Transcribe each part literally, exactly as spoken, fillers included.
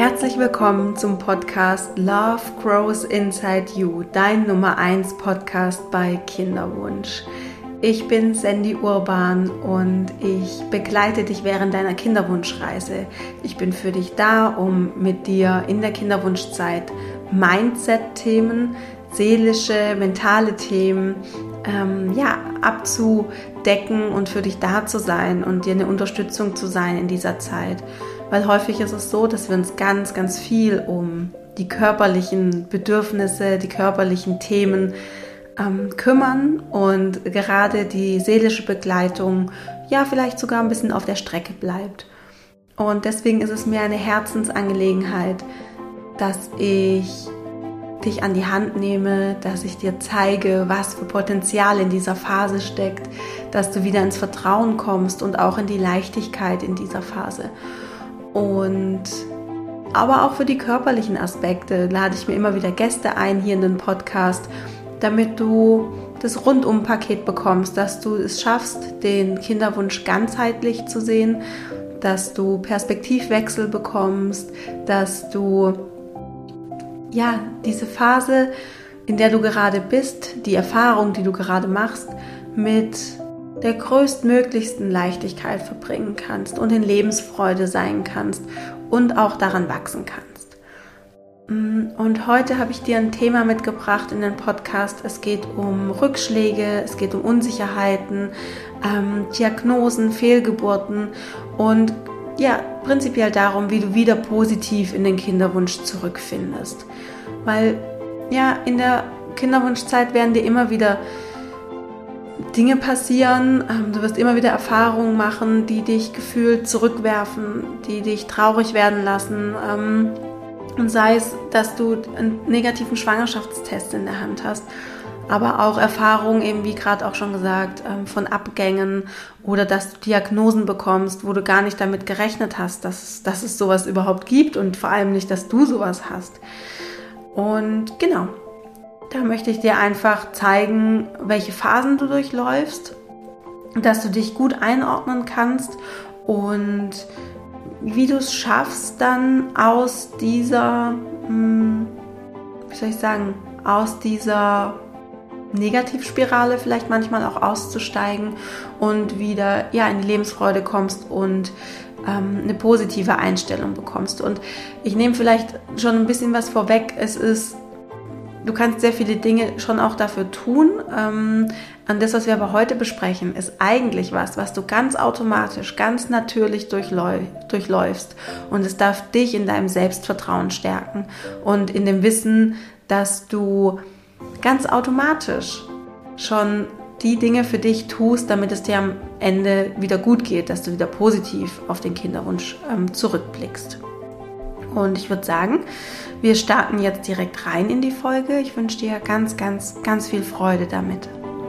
Herzlich willkommen zum Podcast Love Grows Inside You, dein Nummer eins Podcast bei Kinderwunsch. Ich bin Sandy Urban und ich begleite dich während deiner Kinderwunschreise. Ich bin für dich da, um mit dir in der Kinderwunschzeit Mindset-Themen, seelische, mentale Themen ähm, ja, abzudecken und für dich da zu sein und dir eine Unterstützung zu sein in dieser Zeit. Weil häufig ist es so, dass wir uns ganz, ganz viel um die körperlichen Bedürfnisse, die körperlichen Themen ähm, kümmern und gerade die seelische Begleitung ja vielleicht sogar ein bisschen auf der Strecke bleibt. Und deswegen ist es mir eine Herzensangelegenheit, dass ich dich an die Hand nehme, dass ich dir zeige, was für Potenzial in dieser Phase steckt, dass du wieder ins Vertrauen kommst und auch in die Leichtigkeit in dieser Phase. Und aber auch für die körperlichen Aspekte lade ich mir immer wieder Gäste ein hier in den Podcast, damit du das Rundum-Paket bekommst, dass du es schaffst, den Kinderwunsch ganzheitlich zu sehen, dass du Perspektivwechsel bekommst, dass du ja diese Phase, in der du gerade bist, die Erfahrung, die du gerade machst, mit der größtmöglichsten Leichtigkeit verbringen kannst und in Lebensfreude sein kannst und auch daran wachsen kannst. Und heute habe ich dir ein Thema mitgebracht in den Podcast. Es geht um Rückschläge, es geht um Unsicherheiten, ähm, Diagnosen, Fehlgeburten und ja, prinzipiell darum, wie du wieder positiv in den Kinderwunsch zurückfindest. Weil ja, in der Kinderwunschzeit werden dir immer wieder Dinge passieren, du wirst immer wieder Erfahrungen machen, die dich gefühlt zurückwerfen, die dich traurig werden lassen. Und sei es, dass du einen negativen Schwangerschaftstest in der Hand hast, aber auch Erfahrungen, eben wie gerade auch schon gesagt, von Abgängen oder dass du Diagnosen bekommst, wo du gar nicht damit gerechnet hast, dass es, dass es sowas überhaupt gibt und vor allem nicht, dass du sowas hast. Und genau. Da möchte ich dir einfach zeigen, welche Phasen du durchläufst, dass du dich gut einordnen kannst und wie du es schaffst, dann aus dieser, wie soll ich sagen, aus dieser Negativspirale vielleicht manchmal auch auszusteigen und wieder ja, in die Lebensfreude kommst und ähm, eine positive Einstellung bekommst. Und ich nehme vielleicht schon ein bisschen was vorweg. Es ist Du kannst sehr viele Dinge schon auch dafür tun. Ähm, und das, was wir aber heute besprechen, ist eigentlich was, was du ganz automatisch, ganz natürlich durchläu- durchläufst. Und es darf dich in deinem Selbstvertrauen stärken und in dem Wissen, dass du ganz automatisch schon die Dinge für dich tust, damit es dir am Ende wieder gut geht, dass du wieder positiv auf den Kinderwunsch ähm, zurückblickst. Und ich würde sagen, wir starten jetzt direkt rein in die Folge. Ich wünsche dir ganz, ganz, ganz viel Freude damit.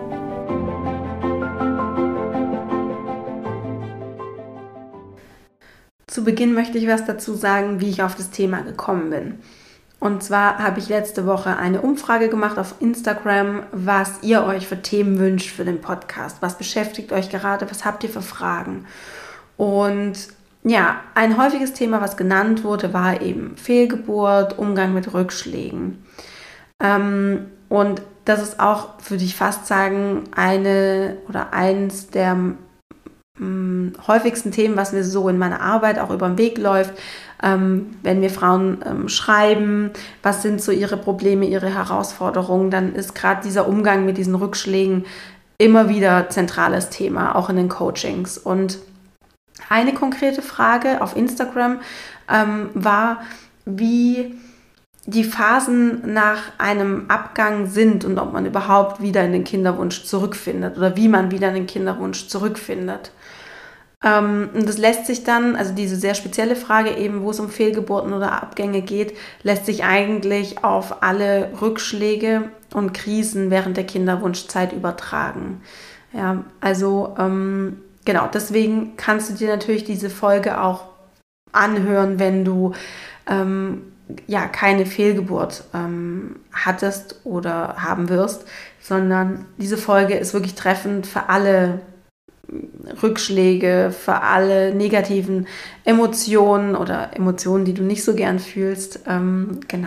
Zu Beginn möchte ich was dazu sagen, wie ich auf das Thema gekommen bin. Und zwar habe ich letzte Woche eine Umfrage gemacht auf Instagram, was ihr euch für Themen wünscht für den Podcast. Was beschäftigt euch gerade? Was habt ihr für Fragen? Und ja, ein häufiges Thema, was genannt wurde, war eben Fehlgeburt, Umgang mit Rückschlägen. Ähm, und das ist auch, würde ich fast sagen, eine oder eins der mh, häufigsten Themen, was mir so in meiner Arbeit auch über den Weg läuft, ähm, wenn mir Frauen ähm, schreiben, was sind so ihre Probleme, ihre Herausforderungen, dann ist gerade dieser Umgang mit diesen Rückschlägen immer wieder zentrales Thema, auch in den Coachings. Und eine konkrete Frage auf Instagram ähm, war, wie die Phasen nach einem Abgang sind und ob man überhaupt wieder in den Kinderwunsch zurückfindet oder wie man wieder in den Kinderwunsch zurückfindet. Ähm, und das lässt sich dann, also diese sehr spezielle Frage eben, wo es um Fehlgeburten oder Abgänge geht, lässt sich eigentlich auf alle Rückschläge und Krisen während der Kinderwunschzeit übertragen. Ja, also ähm, Genau, deswegen kannst du dir natürlich diese Folge auch anhören, wenn du ähm, ja keine Fehlgeburt ähm, hattest oder haben wirst, sondern diese Folge ist wirklich treffend für alle Rückschläge, für alle negativen Emotionen oder Emotionen, die du nicht so gern fühlst. Ähm, genau.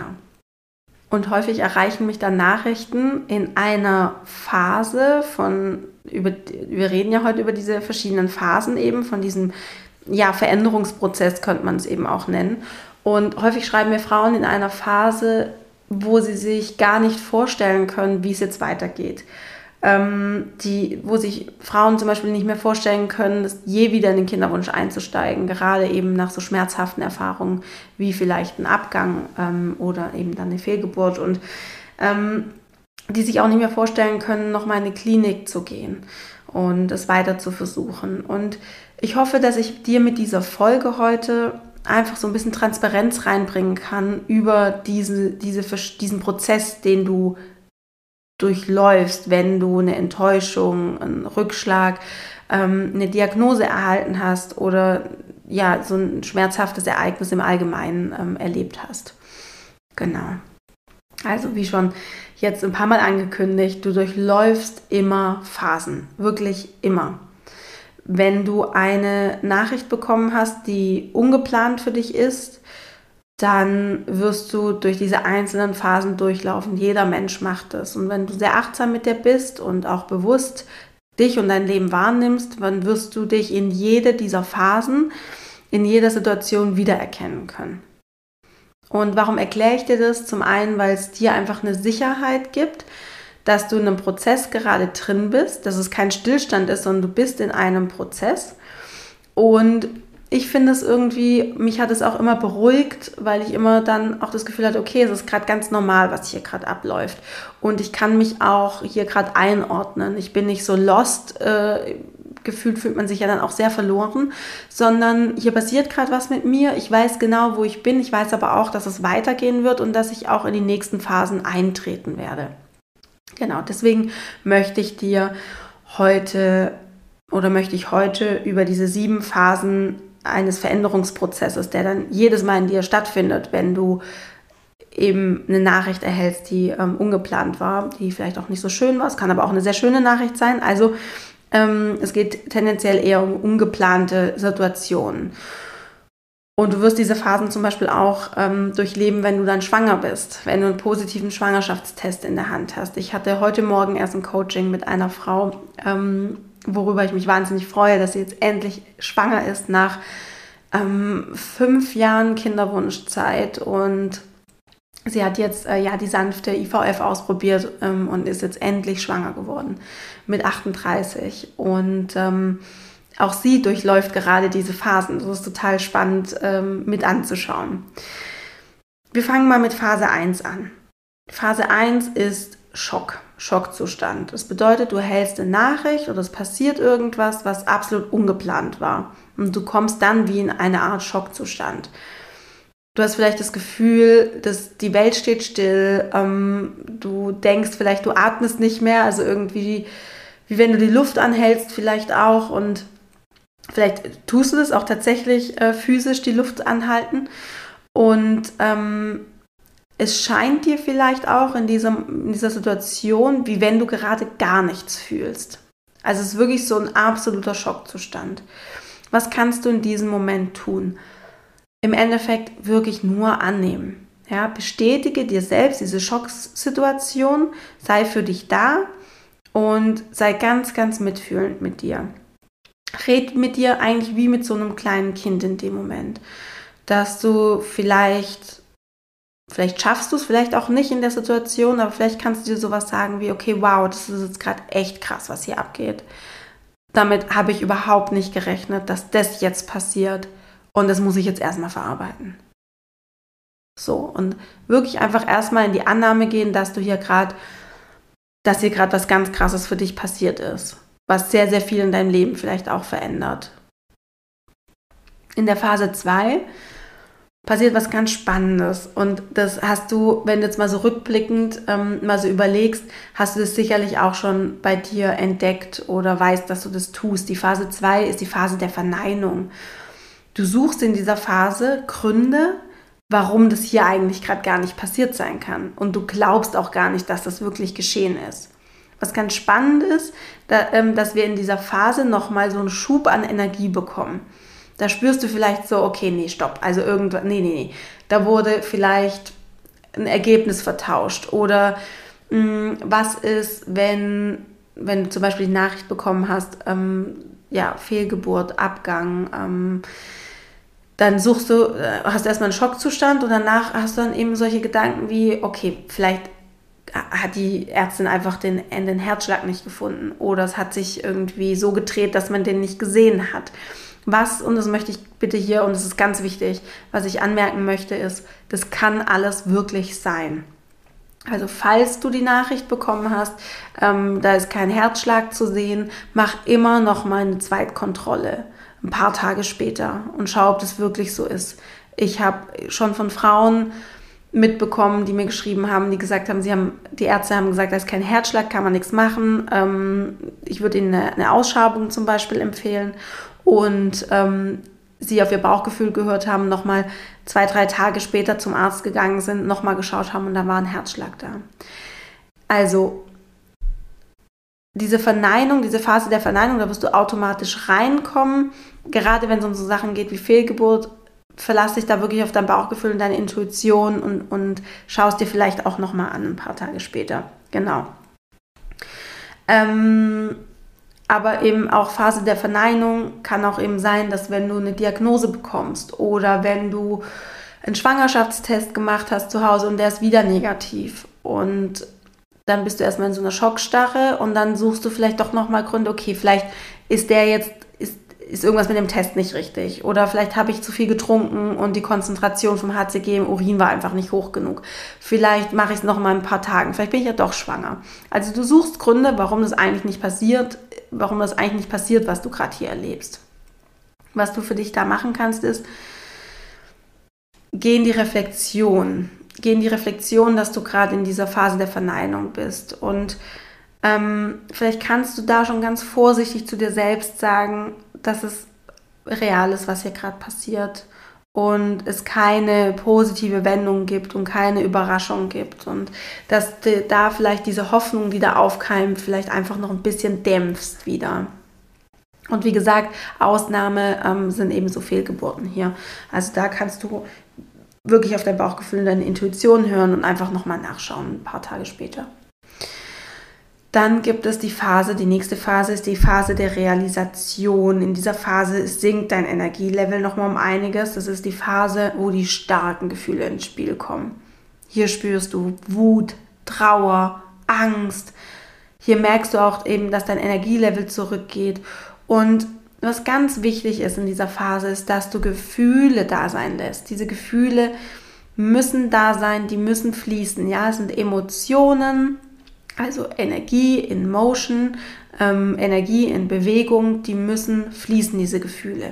Und häufig erreichen mich dann Nachrichten in einer Phase von, über, wir reden ja heute über diese verschiedenen Phasen eben, von diesem ja, Veränderungsprozess könnte man es eben auch nennen. Und häufig schreiben mir Frauen in einer Phase, wo sie sich gar nicht vorstellen können, wie es jetzt weitergeht. Ähm, die, wo sich Frauen zum Beispiel nicht mehr vorstellen können, dass je wieder in den Kinderwunsch einzusteigen, gerade eben nach so schmerzhaften Erfahrungen wie vielleicht ein Abgang ähm, oder eben dann eine Fehlgeburt und ähm, die sich auch nicht mehr vorstellen können, nochmal in eine Klinik zu gehen und es weiter zu versuchen. Und ich hoffe, dass ich dir mit dieser Folge heute einfach so ein bisschen Transparenz reinbringen kann über diese, diese, diesen Prozess, den du durchläufst, wenn du eine Enttäuschung, einen Rückschlag, ähm, eine Diagnose erhalten hast oder ja, so ein schmerzhaftes Ereignis im Allgemeinen ähm, erlebt hast. Genau. Also wie schon jetzt ein paar Mal angekündigt, du durchläufst immer Phasen, wirklich immer. Wenn du eine Nachricht bekommen hast, die ungeplant für dich ist, dann wirst du durch diese einzelnen Phasen durchlaufen. Jeder Mensch macht das. Und wenn du sehr achtsam mit dir bist und auch bewusst dich und dein Leben wahrnimmst, dann wirst du dich in jede dieser Phasen, in jeder Situation wiedererkennen können. Und warum erkläre ich dir das? Zum einen, weil es dir einfach eine Sicherheit gibt, dass du in einem Prozess gerade drin bist, dass es kein Stillstand ist, sondern du bist in einem Prozess. Und ich finde es irgendwie, mich hat es auch immer beruhigt, weil ich immer dann auch das Gefühl hatte, okay, es ist gerade ganz normal, was hier gerade abläuft. Und ich kann mich auch hier gerade einordnen. Ich bin nicht so lost, äh, gefühlt fühlt man sich ja dann auch sehr verloren, sondern hier passiert gerade was mit mir. Ich weiß genau, wo ich bin. Ich weiß aber auch, dass es weitergehen wird und dass ich auch in die nächsten Phasen eintreten werde. Genau, deswegen möchte ich dir heute oder möchte ich heute über diese sieben Phasen eines Veränderungsprozesses, der dann jedes Mal in dir stattfindet, wenn du eben eine Nachricht erhältst, die ähm, ungeplant war, die vielleicht auch nicht so schön war. Es kann aber auch eine sehr schöne Nachricht sein. Also ähm, es geht tendenziell eher um ungeplante Situationen. Und du wirst diese Phasen zum Beispiel auch ähm, durchleben, wenn du dann schwanger bist, wenn du einen positiven Schwangerschaftstest in der Hand hast. Ich hatte heute Morgen erst ein Coaching mit einer Frau, ähm, worüber ich mich wahnsinnig freue, dass sie jetzt endlich schwanger ist nach ähm, fünf Jahren Kinderwunschzeit. Und sie hat jetzt äh, ja die sanfte I V F ausprobiert ähm, und ist jetzt endlich schwanger geworden mit achtunddreißig. Und ähm, auch sie durchläuft gerade diese Phasen. Das ist total spannend ähm, mit anzuschauen. Wir fangen mal mit Phase eins an. Phase eins ist Schock, Schockzustand. Das bedeutet, du erhältst eine Nachricht oder es passiert irgendwas, was absolut ungeplant war. Und du kommst dann wie in eine Art Schockzustand. Du hast vielleicht das Gefühl, dass die Welt steht still. Ähm, du denkst vielleicht, du atmest nicht mehr. Also irgendwie, wie wenn du die Luft anhältst vielleicht auch. Und vielleicht tust du das auch tatsächlich äh, physisch, die Luft anhalten. Und ähm, es scheint dir vielleicht auch in, diesem, in dieser Situation, wie wenn du gerade gar nichts fühlst. Also es ist wirklich so ein absoluter Schockzustand. Was kannst du in diesem Moment tun? Im Endeffekt wirklich nur annehmen. Ja, bestätige dir selbst diese Schocksituation, sei für dich da und sei ganz, ganz mitfühlend mit dir. Red mit dir eigentlich wie mit so einem kleinen Kind in dem Moment, dass du vielleicht, vielleicht schaffst du es, vielleicht auch nicht in der Situation, aber vielleicht kannst du dir sowas sagen wie, okay, wow, das ist jetzt gerade echt krass, was hier abgeht. Damit habe ich überhaupt nicht gerechnet, dass das jetzt passiert und das muss ich jetzt erstmal verarbeiten. So, und wirklich einfach erstmal in die Annahme gehen, dass du hier gerade, dass hier gerade was ganz Krasses für dich passiert ist, was sehr, sehr viel in deinem Leben vielleicht auch verändert. In der Phase zwei passiert was ganz Spannendes und das hast du, wenn du jetzt mal so rückblickend ähm, mal so überlegst, hast du das sicherlich auch schon bei dir entdeckt oder weißt, dass du das tust. Die Phase zwei ist die Phase der Verneinung. Du suchst in dieser Phase Gründe, warum das hier eigentlich gerade gar nicht passiert sein kann und du glaubst auch gar nicht, dass das wirklich geschehen ist. Was ganz spannend ist, da, ähm, dass wir in dieser Phase nochmal so einen Schub an Energie bekommen. Da spürst du vielleicht so, okay, nee, stopp, also irgendwas, nee, nee, nee. Da wurde vielleicht ein Ergebnis vertauscht. Oder mh, was ist, wenn, wenn du zum Beispiel die Nachricht bekommen hast, ähm, ja, Fehlgeburt, Abgang, ähm, dann suchst du, hast du erstmal einen Schockzustand und danach hast du dann eben solche Gedanken wie, okay, vielleicht hat die Ärztin einfach den, den Herzschlag nicht gefunden oder es hat sich irgendwie so gedreht, dass man den nicht gesehen hat. Was, und das möchte ich bitte hier, und das ist ganz wichtig, was ich anmerken möchte, ist, das kann alles wirklich sein. Also falls du die Nachricht bekommen hast, ähm, da ist kein Herzschlag zu sehen, mach immer noch mal eine Zweitkontrolle, ein paar Tage später und schau, ob das wirklich so ist. Ich habe schon von Frauen mitbekommen, die mir geschrieben haben, die gesagt haben, sie haben, die Ärzte haben gesagt, da ist kein Herzschlag, kann man nichts machen. Ähm, ich würde ihnen eine, eine Ausschabung zum Beispiel empfehlen und ähm, sie auf ihr Bauchgefühl gehört haben, nochmal zwei, drei Tage später zum Arzt gegangen sind, nochmal geschaut haben und da war ein Herzschlag da. Also diese Verneinung, diese Phase der Verneinung, da wirst du automatisch reinkommen, gerade wenn es um so Sachen geht wie Fehlgeburt, verlass dich da wirklich auf dein Bauchgefühl und deine Intuition und, und schau es dir vielleicht auch nochmal an, ein paar Tage später. Genau. Ähm, aber eben auch Phase der Verneinung kann auch eben sein, dass wenn du eine Diagnose bekommst oder wenn du einen Schwangerschaftstest gemacht hast zu Hause und der ist wieder negativ und dann bist du erstmal in so einer Schockstarre und dann suchst du vielleicht doch nochmal Gründe, okay, vielleicht ist der jetzt, ist ist irgendwas mit dem Test nicht richtig oder vielleicht habe ich zu viel getrunken und die Konzentration vom H C G im Urin war einfach nicht hoch genug. Vielleicht mache ich es noch mal ein paar Tagen, vielleicht bin ich ja doch schwanger. Also du suchst Gründe, warum das eigentlich nicht passiert, warum das eigentlich nicht passiert, was du gerade hier erlebst. Was du für dich da machen kannst, ist, geh in die Reflexion. Geh in die Reflexion, dass du gerade in dieser Phase der Verneinung bist und ähm, vielleicht kannst du da schon ganz vorsichtig zu dir selbst sagen, dass es real ist, was hier gerade passiert und es keine positive Wendung gibt und keine Überraschung gibt und dass du da vielleicht diese Hoffnung, die da aufkeimt, vielleicht einfach noch ein bisschen dämpfst wieder. Und wie gesagt, Ausnahme ähm, sind eben so Fehlgeburten hier. Also da kannst du wirklich auf dein Bauchgefühl und deine Intuition hören und einfach nochmal nachschauen, ein paar Tage später. Dann gibt es die Phase, die nächste Phase ist die Phase der Realisation. In dieser Phase sinkt dein Energielevel nochmal um einiges. Das ist die Phase, wo die starken Gefühle ins Spiel kommen. Hier spürst du Wut, Trauer, Angst. Hier merkst du auch eben, dass dein Energielevel zurückgeht. Und was ganz wichtig ist in dieser Phase, ist, dass du Gefühle da sein lässt. Diese Gefühle müssen da sein, die müssen fließen. Ja, es sind Emotionen, also Energie in Motion, ähm, Energie in Bewegung, die müssen fließen, diese Gefühle.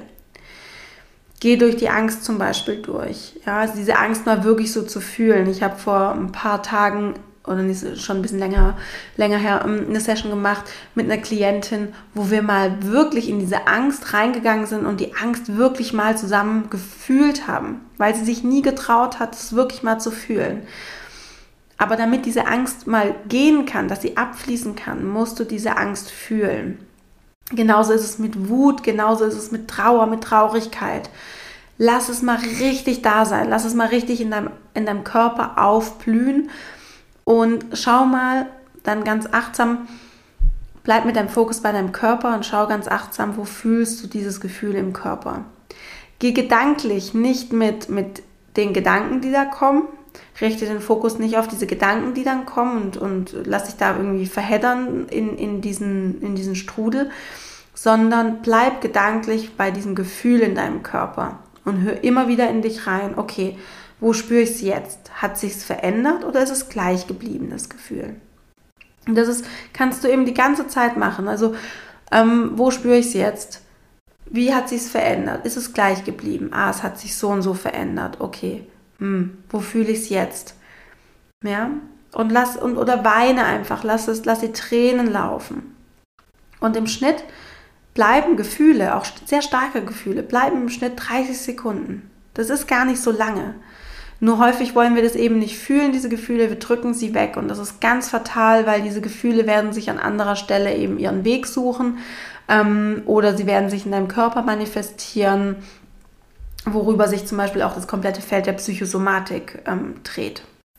Geh durch die Angst zum Beispiel durch. Ja, also diese Angst mal wirklich so zu fühlen. Ich habe vor ein paar Tagen, oder nicht, schon ein bisschen länger, länger her, eine Session gemacht mit einer Klientin, wo wir mal wirklich in diese Angst reingegangen sind und die Angst wirklich mal zusammen gefühlt haben, weil sie sich nie getraut hat, es wirklich mal zu fühlen. Aber damit diese Angst mal gehen kann, dass sie abfließen kann, musst du diese Angst fühlen. Genauso ist es mit Wut, genauso ist es mit Trauer, mit Traurigkeit. Lass es mal richtig da sein, lass es mal richtig in deinem, in deinem Körper aufblühen und schau mal dann ganz achtsam, bleib mit deinem Fokus bei deinem Körper und schau ganz achtsam, wo fühlst du dieses Gefühl im Körper. Geh gedanklich nicht mit, mit den Gedanken, die da kommen, richte den Fokus nicht auf diese Gedanken, die dann kommen und, und lass dich da irgendwie verheddern in, in, diesen, in diesen Strudel, sondern bleib gedanklich bei diesem Gefühl in deinem Körper und hör immer wieder in dich rein, okay, wo spüre ich es jetzt? Hat sich's verändert oder ist es gleich geblieben, das Gefühl? Und das ist, kannst du eben die ganze Zeit machen, also ähm, wo spüre ich es jetzt? Wie hat sich's verändert? Ist es gleich geblieben? Ah, es hat sich so und so verändert, okay. Hm, wo fühle ich es jetzt? Ja, und lass und oder weine einfach, lass es, lass die Tränen laufen. Und im Schnitt bleiben Gefühle, auch sehr starke Gefühle, bleiben im Schnitt dreißig Sekunden. Das ist gar nicht so lange. Nur häufig wollen wir das eben nicht fühlen, diese Gefühle, wir drücken sie weg und das ist ganz fatal, weil diese Gefühle werden sich an anderer Stelle eben ihren Weg suchen ähm, oder sie werden sich in deinem Körper manifestieren, worüber sich zum Beispiel auch das komplette Feld der Psychosomatik ähm, dreht.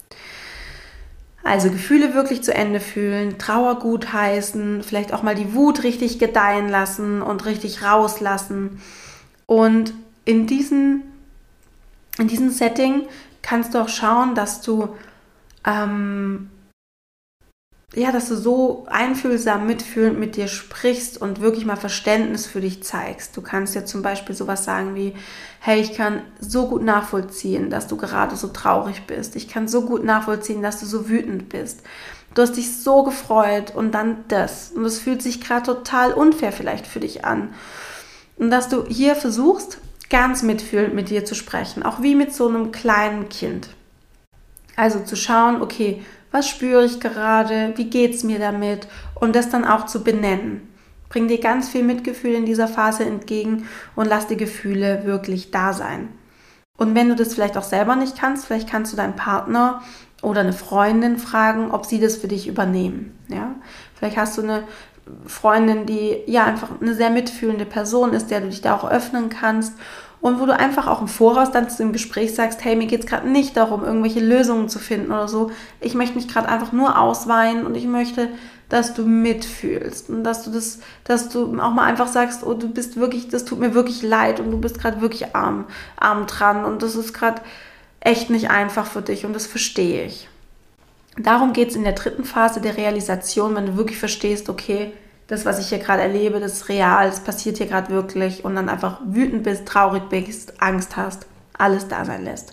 Also Gefühle wirklich zu Ende fühlen, Trauer gutheißen, vielleicht auch mal die Wut richtig gedeihen lassen und richtig rauslassen. Und in diesem, in diesem Setting kannst du auch schauen, dass du, ähm, ja, dass du so einfühlsam, mitfühlend mit dir sprichst und wirklich mal Verständnis für dich zeigst. Du kannst ja zum Beispiel sowas sagen wie, hey, ich kann so gut nachvollziehen, dass du gerade so traurig bist. Ich kann so gut nachvollziehen, dass du so wütend bist. Du hast dich so gefreut und dann das. Und es fühlt sich gerade total unfair vielleicht für dich an. Und dass du hier versuchst, ganz mitfühlend mit dir zu sprechen, auch wie mit so einem kleinen Kind. Also zu schauen, okay, was spüre ich gerade, wie geht es mir damit und das dann auch zu benennen. Bring dir ganz viel Mitgefühl in dieser Phase entgegen und lass die Gefühle wirklich da sein. Und wenn du das vielleicht auch selber nicht kannst, vielleicht kannst du deinen Partner oder eine Freundin fragen, ob sie das für dich übernehmen. Ja? Vielleicht hast du eine Freundin, die ja einfach eine sehr mitfühlende Person ist, der du dich da auch öffnen kannst und wo du einfach auch im Voraus dann zu dem Gespräch sagst, hey, mir geht es gerade nicht darum, irgendwelche Lösungen zu finden oder so. Ich möchte mich gerade einfach nur ausweinen und ich möchte, dass du mitfühlst und dass du das, dass du auch mal einfach sagst, oh, du bist wirklich, das tut mir wirklich leid und du bist gerade wirklich arm, arm dran und das ist gerade echt nicht einfach für dich und das verstehe ich. Darum geht es in der dritten Phase der Realisation, wenn du wirklich verstehst, okay, das, was ich hier gerade erlebe, das ist real, das passiert hier gerade wirklich und dann einfach wütend bist, traurig bist, Angst hast, alles da sein lässt.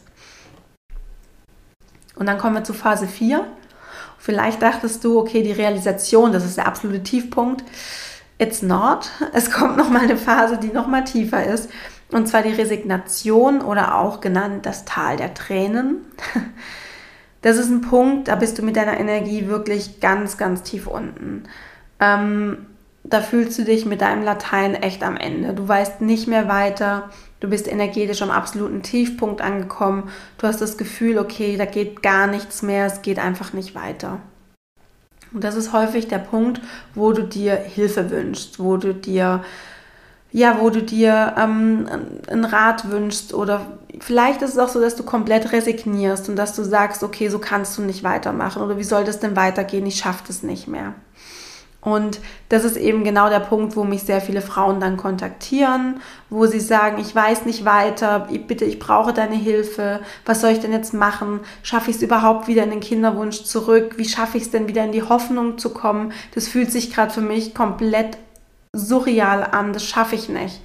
Und dann kommen wir zu Phase vier. Vielleicht dachtest du, okay, die Realisation, das ist der absolute Tiefpunkt. It's not. Es kommt nochmal eine Phase, die nochmal tiefer ist. Und zwar die Resignation oder auch genannt das Tal der Tränen. Das ist ein Punkt, da bist du mit deiner Energie wirklich ganz, ganz tief unten. Ähm, da fühlst du dich mit deinem Latein echt am Ende. Du weißt nicht mehr weiter. Du bist energetisch am absoluten Tiefpunkt angekommen. Du hast das Gefühl, okay, da geht gar nichts mehr. Es geht einfach nicht weiter. Und das ist häufig der Punkt, wo du dir Hilfe wünschst, wo du dir ja, wo du dir ähm, einen Rat wünschst oder vielleicht ist es auch so, dass du komplett resignierst und dass du sagst, okay, so kannst du nicht weitermachen oder wie soll das denn weitergehen, ich schaffe das nicht mehr. Und das ist eben genau der Punkt, wo mich sehr viele Frauen dann kontaktieren, wo sie sagen, ich weiß nicht weiter, bitte, ich brauche deine Hilfe, was soll ich denn jetzt machen, schaffe ich es überhaupt wieder in den Kinderwunsch zurück, wie schaffe ich es denn wieder in die Hoffnung zu kommen, das fühlt sich gerade für mich komplett surreal an, das schaffe ich nicht.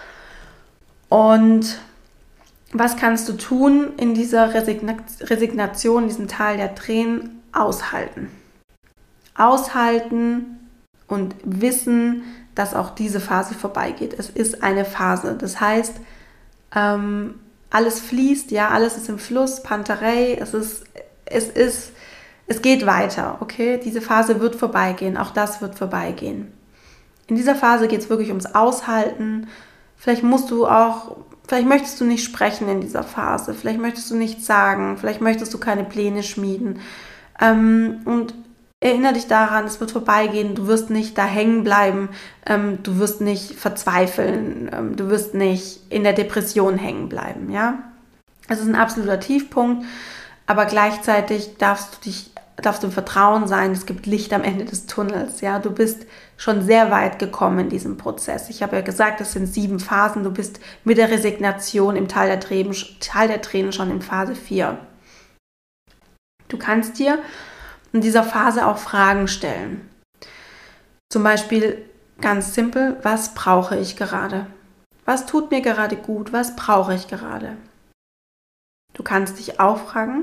Und was kannst du tun in dieser Resigna- Resignation, in diesem Tal der Tränen? Aushalten. Aushalten und wissen, dass auch diese Phase vorbeigeht. Es ist eine Phase. Das heißt, ähm, alles fließt, ja, alles ist im Fluss, Panterei, es ist, es ist, es geht weiter, okay? Diese Phase wird vorbeigehen, auch das wird vorbeigehen. In dieser Phase geht es wirklich ums Aushalten. Vielleicht musst du auch, vielleicht möchtest du nicht sprechen in dieser Phase, vielleicht möchtest du nichts sagen, vielleicht möchtest du keine Pläne schmieden. Ähm, und erinnere dich daran, es wird vorbeigehen, du wirst nicht da hängen bleiben, ähm, du wirst nicht verzweifeln, ähm, du wirst nicht in der Depression hängen bleiben, ja. Es ist ein absoluter Tiefpunkt, aber gleichzeitig darfst du dich, darfst du im Vertrauen sein, es gibt Licht am Ende des Tunnels, ja. Du bist schon sehr weit gekommen in diesem Prozess. Ich habe ja gesagt, es sind sieben Phasen, du bist mit der Resignation im Tal der Tränen, Tal der Tränen schon in Phase vier. Du kannst dir in dieser Phase auch Fragen stellen. Zum Beispiel ganz simpel, was brauche ich gerade? Was tut mir gerade gut? Was brauche ich gerade? Du kannst dich auch fragen,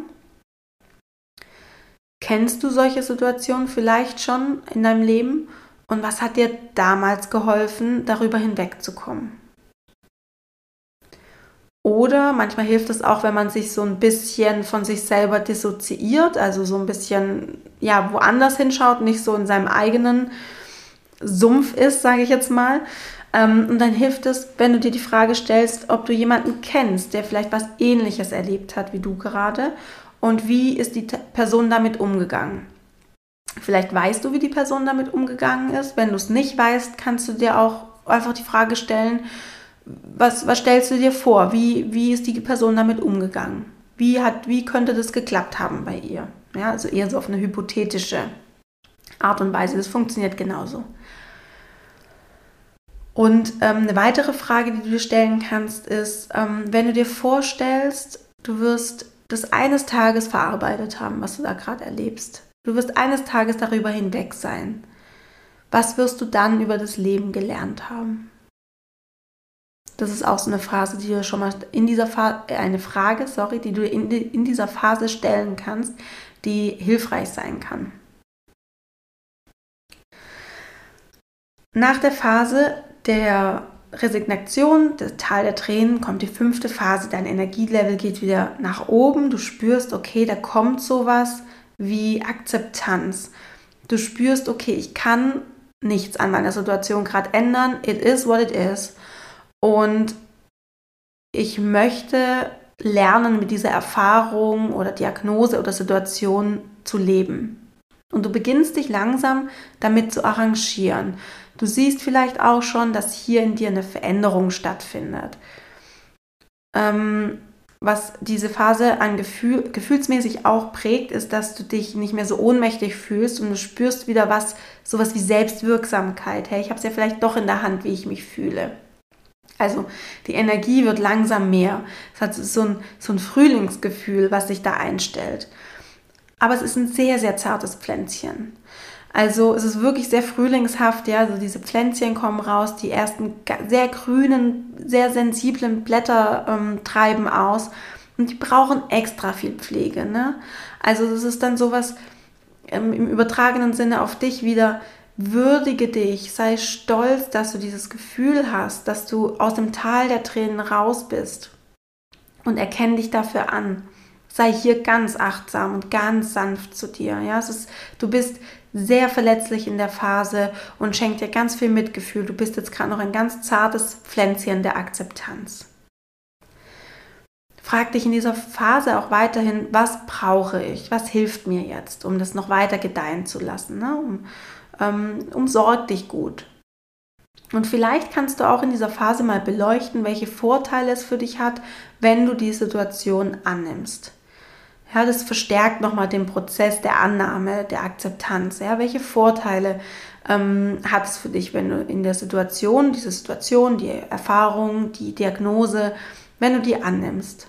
kennst du solche Situationen vielleicht schon in deinem Leben? Und was hat dir damals geholfen, darüber hinwegzukommen? Oder manchmal hilft es auch, wenn man sich so ein bisschen von sich selber dissoziiert, also so ein bisschen ja, woanders hinschaut, nicht so in seinem eigenen Sumpf ist, sage ich jetzt mal. Ähm, und dann hilft es, wenn du dir die Frage stellst, ob du jemanden kennst, der vielleicht was Ähnliches erlebt hat wie du gerade und wie ist die Person damit umgegangen. Vielleicht weißt du, wie die Person damit umgegangen ist. Wenn du es nicht weißt, kannst du dir auch einfach die Frage stellen, was, was stellst du dir vor? Wie, wie ist die Person damit umgegangen? Wie, hat, wie könnte das geklappt haben bei ihr? Ja, also eher so auf eine hypothetische Art und Weise. Das funktioniert genauso. Und ähm, eine weitere Frage, die du dir stellen kannst, ist, ähm, wenn du dir vorstellst, du wirst das eines Tages verarbeitet haben, was du da gerade erlebst. Du wirst eines Tages darüber hinweg sein. Was wirst du dann über das Leben gelernt haben? Das ist auch so eine Phase, die du schon mal in dieser Phase, äh, eine Frage, sorry, die du in, die, in dieser Phase stellen kannst, die hilfreich sein kann. Nach der Phase der Resignation, das Tal der Tränen, kommt die fünfte Phase. Dein Energielevel geht wieder nach oben. Du spürst, okay, da kommt sowas wie Akzeptanz. Du spürst, okay, ich kann nichts an meiner Situation gerade ändern. It is what it is. Und ich möchte lernen, mit dieser Erfahrung oder Diagnose oder Situation zu leben. Und du beginnst dich langsam damit zu arrangieren. Du siehst vielleicht auch schon, dass hier in dir eine Veränderung stattfindet. Ähm, was diese Phase an Gefühl, gefühlsmäßig auch prägt, ist, dass du dich nicht mehr so ohnmächtig fühlst und du spürst wieder was, sowas wie Selbstwirksamkeit. Hey, ich habe es ja vielleicht doch in der Hand, wie ich mich fühle. Also die Energie wird langsam mehr. Es hat so ein, so ein Frühlingsgefühl, was sich da einstellt. Aber es ist ein sehr, sehr zartes Pflänzchen. Also es ist wirklich sehr frühlingshaft, ja, also diese Pflänzchen kommen raus, die ersten sehr grünen, sehr sensiblen Blätter ähm, treiben aus und die brauchen extra viel Pflege, ne? Also das ist dann sowas ähm, im übertragenen Sinne auf dich wieder, würdige dich, sei stolz, dass du dieses Gefühl hast, dass du aus dem Tal der Tränen raus bist und erkenn dich dafür an. Sei hier ganz achtsam und ganz sanft zu dir. Ja, es ist, du bist sehr verletzlich in der Phase und schenk dir ganz viel Mitgefühl. Du bist jetzt gerade noch ein ganz zartes Pflänzchen der Akzeptanz. Frag dich in dieser Phase auch weiterhin, was brauche ich? Was hilft mir jetzt, um das noch weiter gedeihen zu lassen? Ne? Um, ähm, umsorg dich gut. Und vielleicht kannst du auch in dieser Phase mal beleuchten, welche Vorteile es für dich hat, wenn du die Situation annimmst. Ja, das verstärkt nochmal den Prozess der Annahme, der Akzeptanz. Ja, welche Vorteile ähm, hat es für dich, wenn du in der Situation, diese Situation, die Erfahrung, die Diagnose, wenn du die annimmst?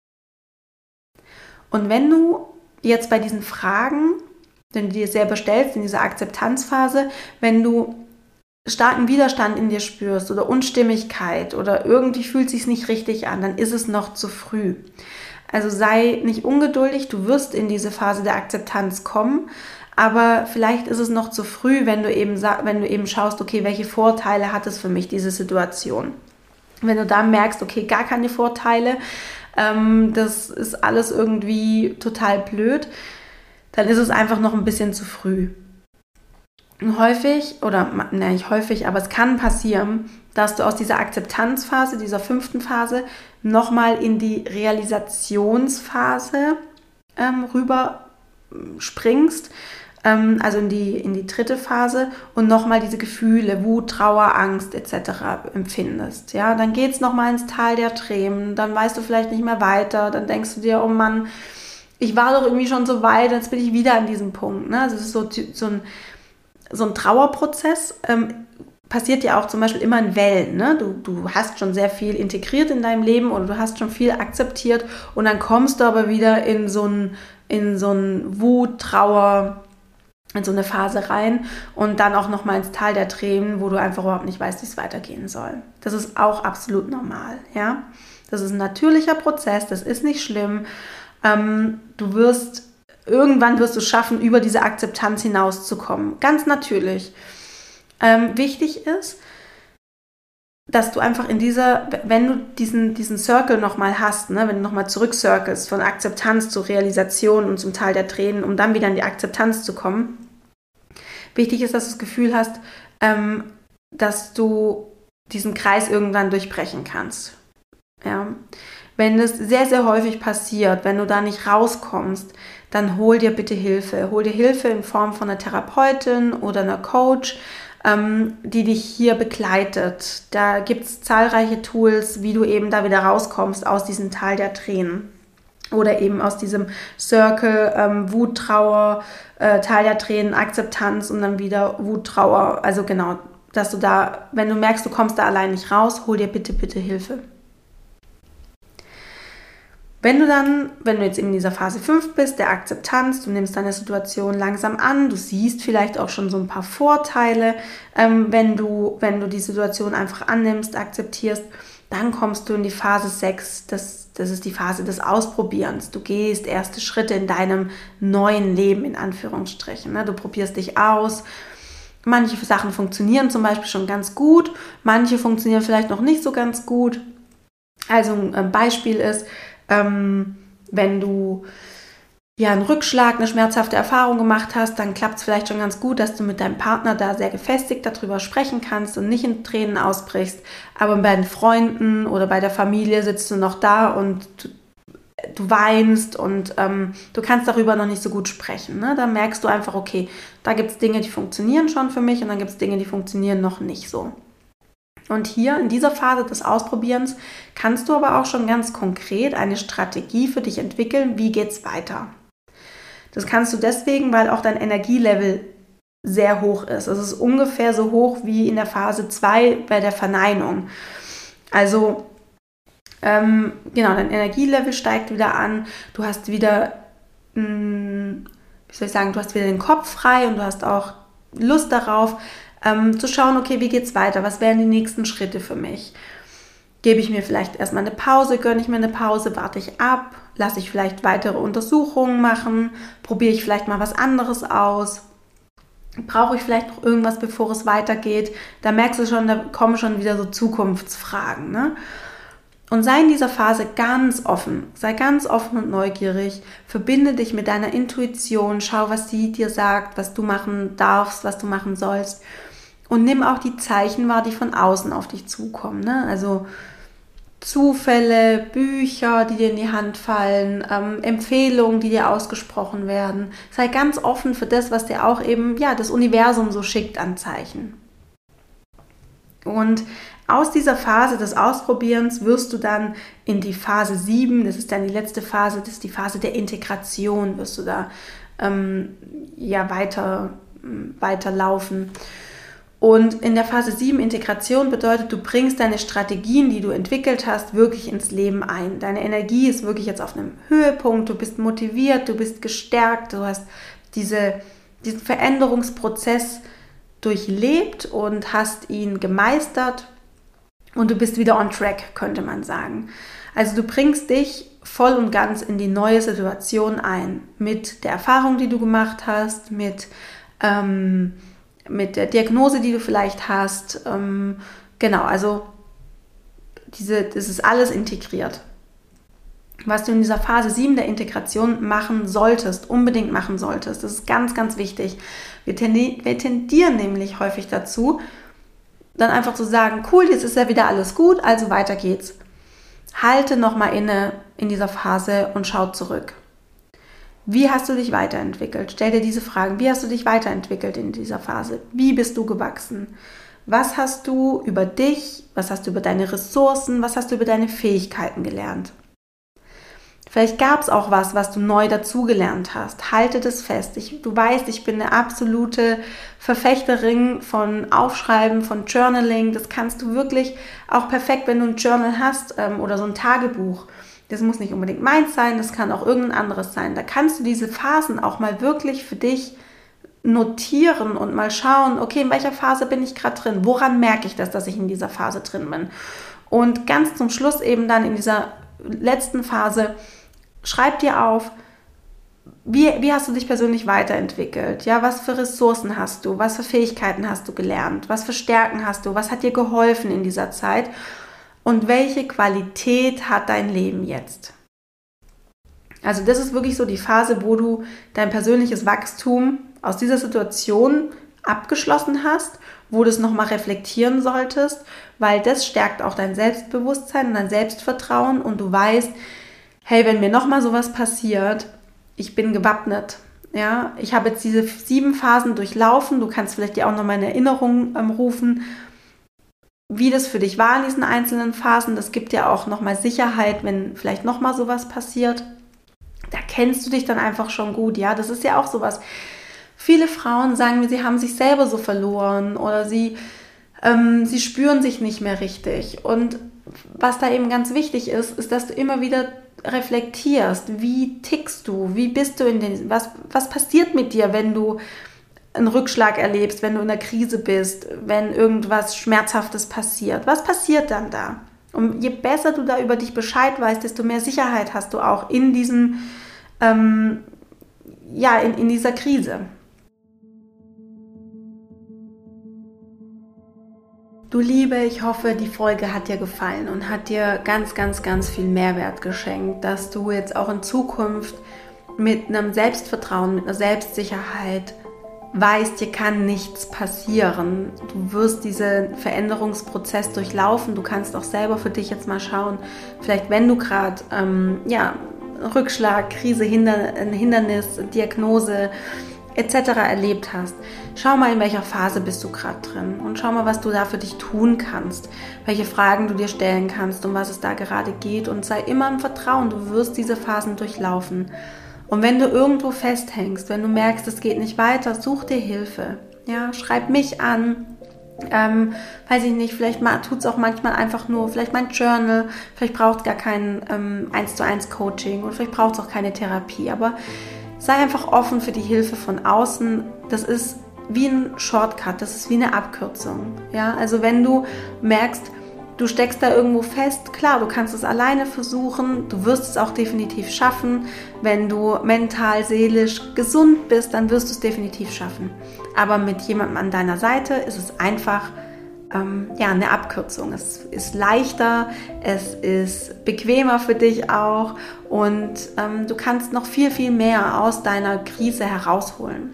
Und wenn du jetzt bei diesen Fragen, wenn du dir selber stellst, in dieser Akzeptanzphase, wenn du starken Widerstand in dir spürst oder Unstimmigkeit oder irgendwie fühlt es sich nicht richtig an, dann ist es noch zu früh. Also sei nicht ungeduldig, du wirst in diese Phase der Akzeptanz kommen, aber vielleicht ist es noch zu früh, wenn du eben, wenn du eben schaust, okay, welche Vorteile hat es für mich, diese Situation. Wenn du da merkst, okay, gar keine Vorteile, ähm, das ist alles irgendwie total blöd, dann ist es einfach noch ein bisschen zu früh. Und häufig, oder nein, nicht häufig, aber es kann passieren, dass du aus dieser Akzeptanzphase, dieser fünften Phase, nochmal in die Realisationsphase ähm, rüber springst, ähm, also in die, in die dritte Phase und nochmal diese Gefühle, Wut, Trauer, Angst et cetera empfindest. Ja, dann geht es nochmal ins Tal der Tränen, dann weißt du vielleicht nicht mehr weiter, dann denkst du dir, oh Mann, ich war doch irgendwie schon so weit, jetzt bin ich wieder an diesem Punkt. Ne? Also es ist so, so ein So ein Trauerprozess ähm, passiert ja auch zum Beispiel immer in Wellen. Ne? Du, du hast schon sehr viel integriert in deinem Leben oder du hast schon viel akzeptiert und dann kommst du aber wieder in so ein, in so ein Wut, Trauer, in so eine Phase rein und dann auch nochmal ins Tal der Tränen, wo du einfach überhaupt nicht weißt, wie es weitergehen soll. Das ist auch absolut normal. Ja? Das ist ein natürlicher Prozess, das ist nicht schlimm. Ähm, du wirst Irgendwann wirst du es schaffen, über diese Akzeptanz hinauszukommen. Ganz natürlich. Ähm, wichtig ist, dass du einfach in dieser, wenn du diesen, diesen Circle nochmal hast, ne, wenn du nochmal zurückcirkelst von Akzeptanz zur Realisation und zum Tal der Tränen, um dann wieder in die Akzeptanz zu kommen, wichtig ist, dass du das Gefühl hast, ähm, dass du diesen Kreis irgendwann durchbrechen kannst. Ja. Wenn das sehr, sehr häufig passiert, wenn du da nicht rauskommst, dann hol dir bitte Hilfe. Hol dir Hilfe in Form von einer Therapeutin oder einer Coach, ähm, die dich hier begleitet. Da gibt es zahlreiche Tools, wie du eben da wieder rauskommst aus diesem Tal der Tränen. Oder eben aus diesem Circle, ähm, Wut, Trauer, äh, Tal der Tränen, Akzeptanz und dann wieder Wut, Trauer. Also genau, dass du da, wenn du merkst, du kommst da allein nicht raus, hol dir bitte, bitte Hilfe. Wenn du dann, wenn du jetzt in dieser Phase fünf bist, der Akzeptanz, du nimmst deine Situation langsam an, du siehst vielleicht auch schon so ein paar Vorteile, ähm, wenn du, wenn du die Situation einfach annimmst, akzeptierst, dann kommst du in die Phase sechs, das, das ist die Phase des Ausprobierens. Du gehst erste Schritte in deinem neuen Leben, in Anführungsstrichen. Ne? Du probierst dich aus. Manche Sachen funktionieren zum Beispiel schon ganz gut, manche funktionieren vielleicht noch nicht so ganz gut. Also ein Beispiel ist, ähm, wenn du ja einen Rückschlag, eine schmerzhafte Erfahrung gemacht hast, dann klappt es vielleicht schon ganz gut, dass du mit deinem Partner da sehr gefestigt darüber sprechen kannst und nicht in Tränen ausbrichst. Aber bei den Freunden oder bei der Familie sitzt du noch da und du, du weinst und ähm, du kannst darüber noch nicht so gut sprechen. Ne? Da merkst du einfach, okay, da gibt es Dinge, die funktionieren schon für mich und dann gibt es Dinge, die funktionieren noch nicht so. Und hier in dieser Phase des Ausprobierens kannst du aber auch schon ganz konkret eine Strategie für dich entwickeln, wie geht's weiter. Das kannst du deswegen, weil auch dein Energielevel sehr hoch ist. Es ist ungefähr so hoch wie in der Phase zwei bei der Verneinung. Also ähm, genau, dein Energielevel steigt wieder an. Du hast wieder, mh, wie soll ich sagen, du hast wieder den Kopf frei und du hast auch Lust darauf, ähm, zu schauen, okay, wie geht's weiter? Was wären die nächsten Schritte für mich? Gebe ich mir vielleicht erstmal eine Pause, gönne ich mir eine Pause, warte ich ab, lasse ich vielleicht weitere Untersuchungen machen, probiere ich vielleicht mal was anderes aus, brauche ich vielleicht noch irgendwas, bevor es weitergeht? Da merkst du schon, da kommen schon wieder so Zukunftsfragen, ne? Und sei in dieser Phase ganz offen, sei ganz offen und neugierig, verbinde dich mit deiner Intuition, schau, was sie dir sagt, was du machen darfst, was du machen sollst und nimm auch die Zeichen wahr, die von außen auf dich zukommen, ne? Also Zufälle, Bücher, die dir in die Hand fallen, ähm, Empfehlungen, die dir ausgesprochen werden. Sei ganz offen für das, was dir auch eben ja, das Universum so schickt an Zeichen. Und aus dieser Phase des Ausprobierens wirst du dann in die Phase sieben, das ist dann die letzte Phase, das ist die Phase der Integration, wirst du da ähm, ja, weiter, weiter laufen. Und in der Phase sieben Integration bedeutet, du bringst deine Strategien, die du entwickelt hast, wirklich ins Leben ein. Deine Energie ist wirklich jetzt auf einem Höhepunkt, du bist motiviert, du bist gestärkt, du hast diese, diesen Veränderungsprozess durchlebt und hast ihn gemeistert und du bist wieder on track, könnte man sagen. Also du bringst dich voll und ganz in die neue Situation ein, mit der Erfahrung, die du gemacht hast, mit ähm, mit der Diagnose, die du vielleicht hast. Ähm, genau, also diese, das ist alles integriert. Was du in dieser Phase sieben der Integration machen solltest, unbedingt machen solltest, das ist ganz, ganz wichtig. Wir, tendi- wir tendieren nämlich häufig dazu, dann einfach zu sagen, cool, jetzt ist ja wieder alles gut, also weiter geht's. Halte nochmal inne in dieser Phase und schau zurück. Wie hast du dich weiterentwickelt? Stell dir diese Fragen. Wie hast du dich weiterentwickelt in dieser Phase? Wie bist du gewachsen? Was hast du über dich, was hast du über deine Ressourcen, was hast du über deine Fähigkeiten gelernt? Vielleicht gab es auch was, was du neu dazugelernt hast. Halte das fest. Ich, du weißt, ich bin eine absolute Verfechterin von Aufschreiben, von Journaling. Das kannst du wirklich auch perfekt, wenn du ein Journal hast ähm, oder so ein Tagebuch. Das muss nicht unbedingt meins sein, das kann auch irgendein anderes sein. Da kannst du diese Phasen auch mal wirklich für dich notieren und mal schauen, okay, in welcher Phase bin ich gerade drin? Woran merke ich das, dass ich in dieser Phase drin bin? Und ganz zum Schluss eben dann in dieser letzten Phase, schreib dir auf, wie, wie hast du dich persönlich weiterentwickelt? Ja, was für Ressourcen hast du? Was für Fähigkeiten hast du gelernt? Was für Stärken hast du? Was hat dir geholfen in dieser Zeit? Und welche Qualität hat dein Leben jetzt? Also das ist wirklich so die Phase, wo du dein persönliches Wachstum aus dieser Situation abgeschlossen hast, wo du es nochmal reflektieren solltest, weil das stärkt auch dein Selbstbewusstsein und dein Selbstvertrauen und du weißt, hey, wenn mir nochmal sowas passiert, ich bin gewappnet. Ja, ich habe jetzt diese sieben Phasen durchlaufen, du kannst vielleicht dir auch nochmal in Erinnerung ähm, rufen, wie das für dich war in diesen einzelnen Phasen. Das gibt dir auch nochmal Sicherheit, wenn vielleicht nochmal sowas passiert. Da kennst du dich dann einfach schon gut, ja, das ist ja auch sowas. Viele Frauen sagen mir, sie haben sich selber so verloren oder sie, ähm, sie spüren sich nicht mehr richtig. Und was da eben ganz wichtig ist, ist, dass du immer wieder reflektierst, wie tickst du, wie bist du in den, was, was passiert mit dir, wenn du einen Rückschlag erlebst, wenn du in einer Krise bist, wenn irgendwas Schmerzhaftes passiert. Was passiert dann da? Und je besser du da über dich Bescheid weißt, desto mehr Sicherheit hast du auch in diesem, ähm, ja, in, in dieser Krise. Du Liebe, ich hoffe, die Folge hat dir gefallen und hat dir ganz, ganz, ganz viel Mehrwert geschenkt, dass du jetzt auch in Zukunft mit einem Selbstvertrauen, mit einer Selbstsicherheit weißt, dir kann nichts passieren. Du wirst diesen Veränderungsprozess durchlaufen. Du kannst auch selber für dich jetzt mal schauen, vielleicht wenn du gerade ähm, ja, Rückschlag, Krise, Hinder- Hindernis, Diagnose et cetera erlebt hast. Schau mal, in welcher Phase bist du gerade drin und schau mal, was du da für dich tun kannst, welche Fragen du dir stellen kannst, um was es da gerade geht und sei immer im Vertrauen, du wirst diese Phasen durchlaufen. Und wenn du irgendwo festhängst, wenn du merkst, es geht nicht weiter, such dir Hilfe. Ja, schreib mich an. Ähm, weiß ich nicht, vielleicht tut es auch manchmal einfach nur, vielleicht mein Journal, vielleicht braucht es gar kein ähm, eins zu eins Coaching und vielleicht braucht es auch keine Therapie, aber sei einfach offen für die Hilfe von außen. Das ist wie ein Shortcut, das ist wie eine Abkürzung. Ja, also wenn du merkst, du steckst da irgendwo fest, klar, du kannst es alleine versuchen, du wirst es auch definitiv schaffen. Wenn du mental, seelisch gesund bist, dann wirst du es definitiv schaffen. Aber mit jemandem an deiner Seite ist es einfach ähm, ja, eine Abkürzung. Es ist leichter, es ist bequemer für dich auch und ähm, du kannst noch viel, viel mehr aus deiner Krise herausholen.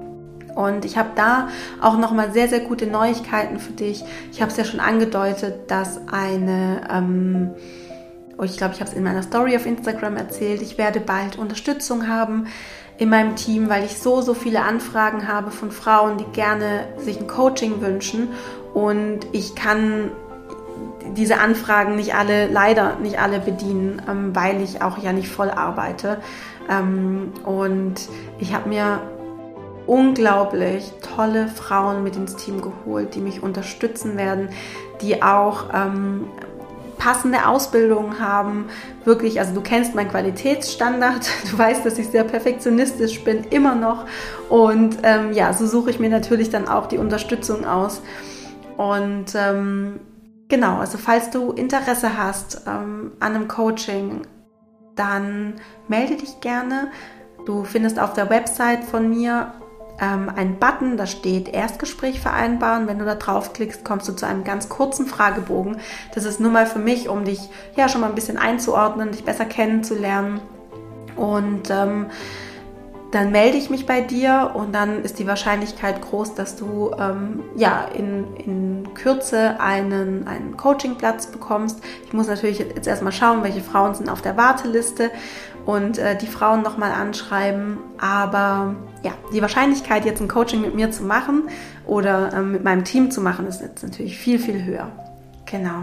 Und ich habe da auch nochmal sehr, sehr gute Neuigkeiten für dich. Ich habe es ja schon angedeutet, dass eine, ähm, oh, ich glaube, ich habe es in meiner Story auf Instagram erzählt, ich werde bald Unterstützung haben in meinem Team, weil ich so, so viele Anfragen habe von Frauen, die gerne sich ein Coaching wünschen. Und ich kann diese Anfragen nicht alle, leider nicht alle bedienen, ähm, weil ich auch ja nicht voll arbeite. Ähm, und ich habe mir unglaublich tolle Frauen mit ins Team geholt, die mich unterstützen werden, die auch ähm, passende Ausbildungen haben. Wirklich, also du kennst meinen Qualitätsstandard, du weißt, dass ich sehr perfektionistisch bin, immer noch. Und ähm, ja, so suche ich mir natürlich dann auch die Unterstützung aus. Und ähm, genau, also falls du Interesse hast ähm, an einem Coaching, dann melde dich gerne. Du findest auf der Website von mir ähm, einen Button, da steht Erstgespräch vereinbaren. Wenn du da draufklickst, kommst du zu einem ganz kurzen Fragebogen. Das ist nur mal für mich, um dich ja schon mal ein bisschen einzuordnen, dich besser kennenzulernen. Und ähm, dann melde ich mich bei dir und dann ist die Wahrscheinlichkeit groß, dass du ähm, ja, in, in Kürze einen, einen Coachingplatz bekommst. Ich muss natürlich jetzt erstmal schauen, welche Frauen sind auf der Warteliste und äh, die Frauen nochmal anschreiben. Aber ja, die Wahrscheinlichkeit, jetzt ein Coaching mit mir zu machen oder ähm, mit meinem Team zu machen, ist jetzt natürlich viel, viel höher. Genau.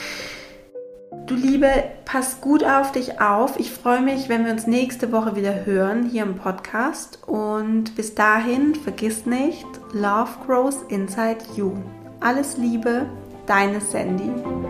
Du Liebe, pass gut auf dich auf. Ich freue mich, wenn wir uns nächste Woche wieder hören hier im Podcast. Und bis dahin, vergiss nicht, Love grows inside you. Alles Liebe, deine Sandy.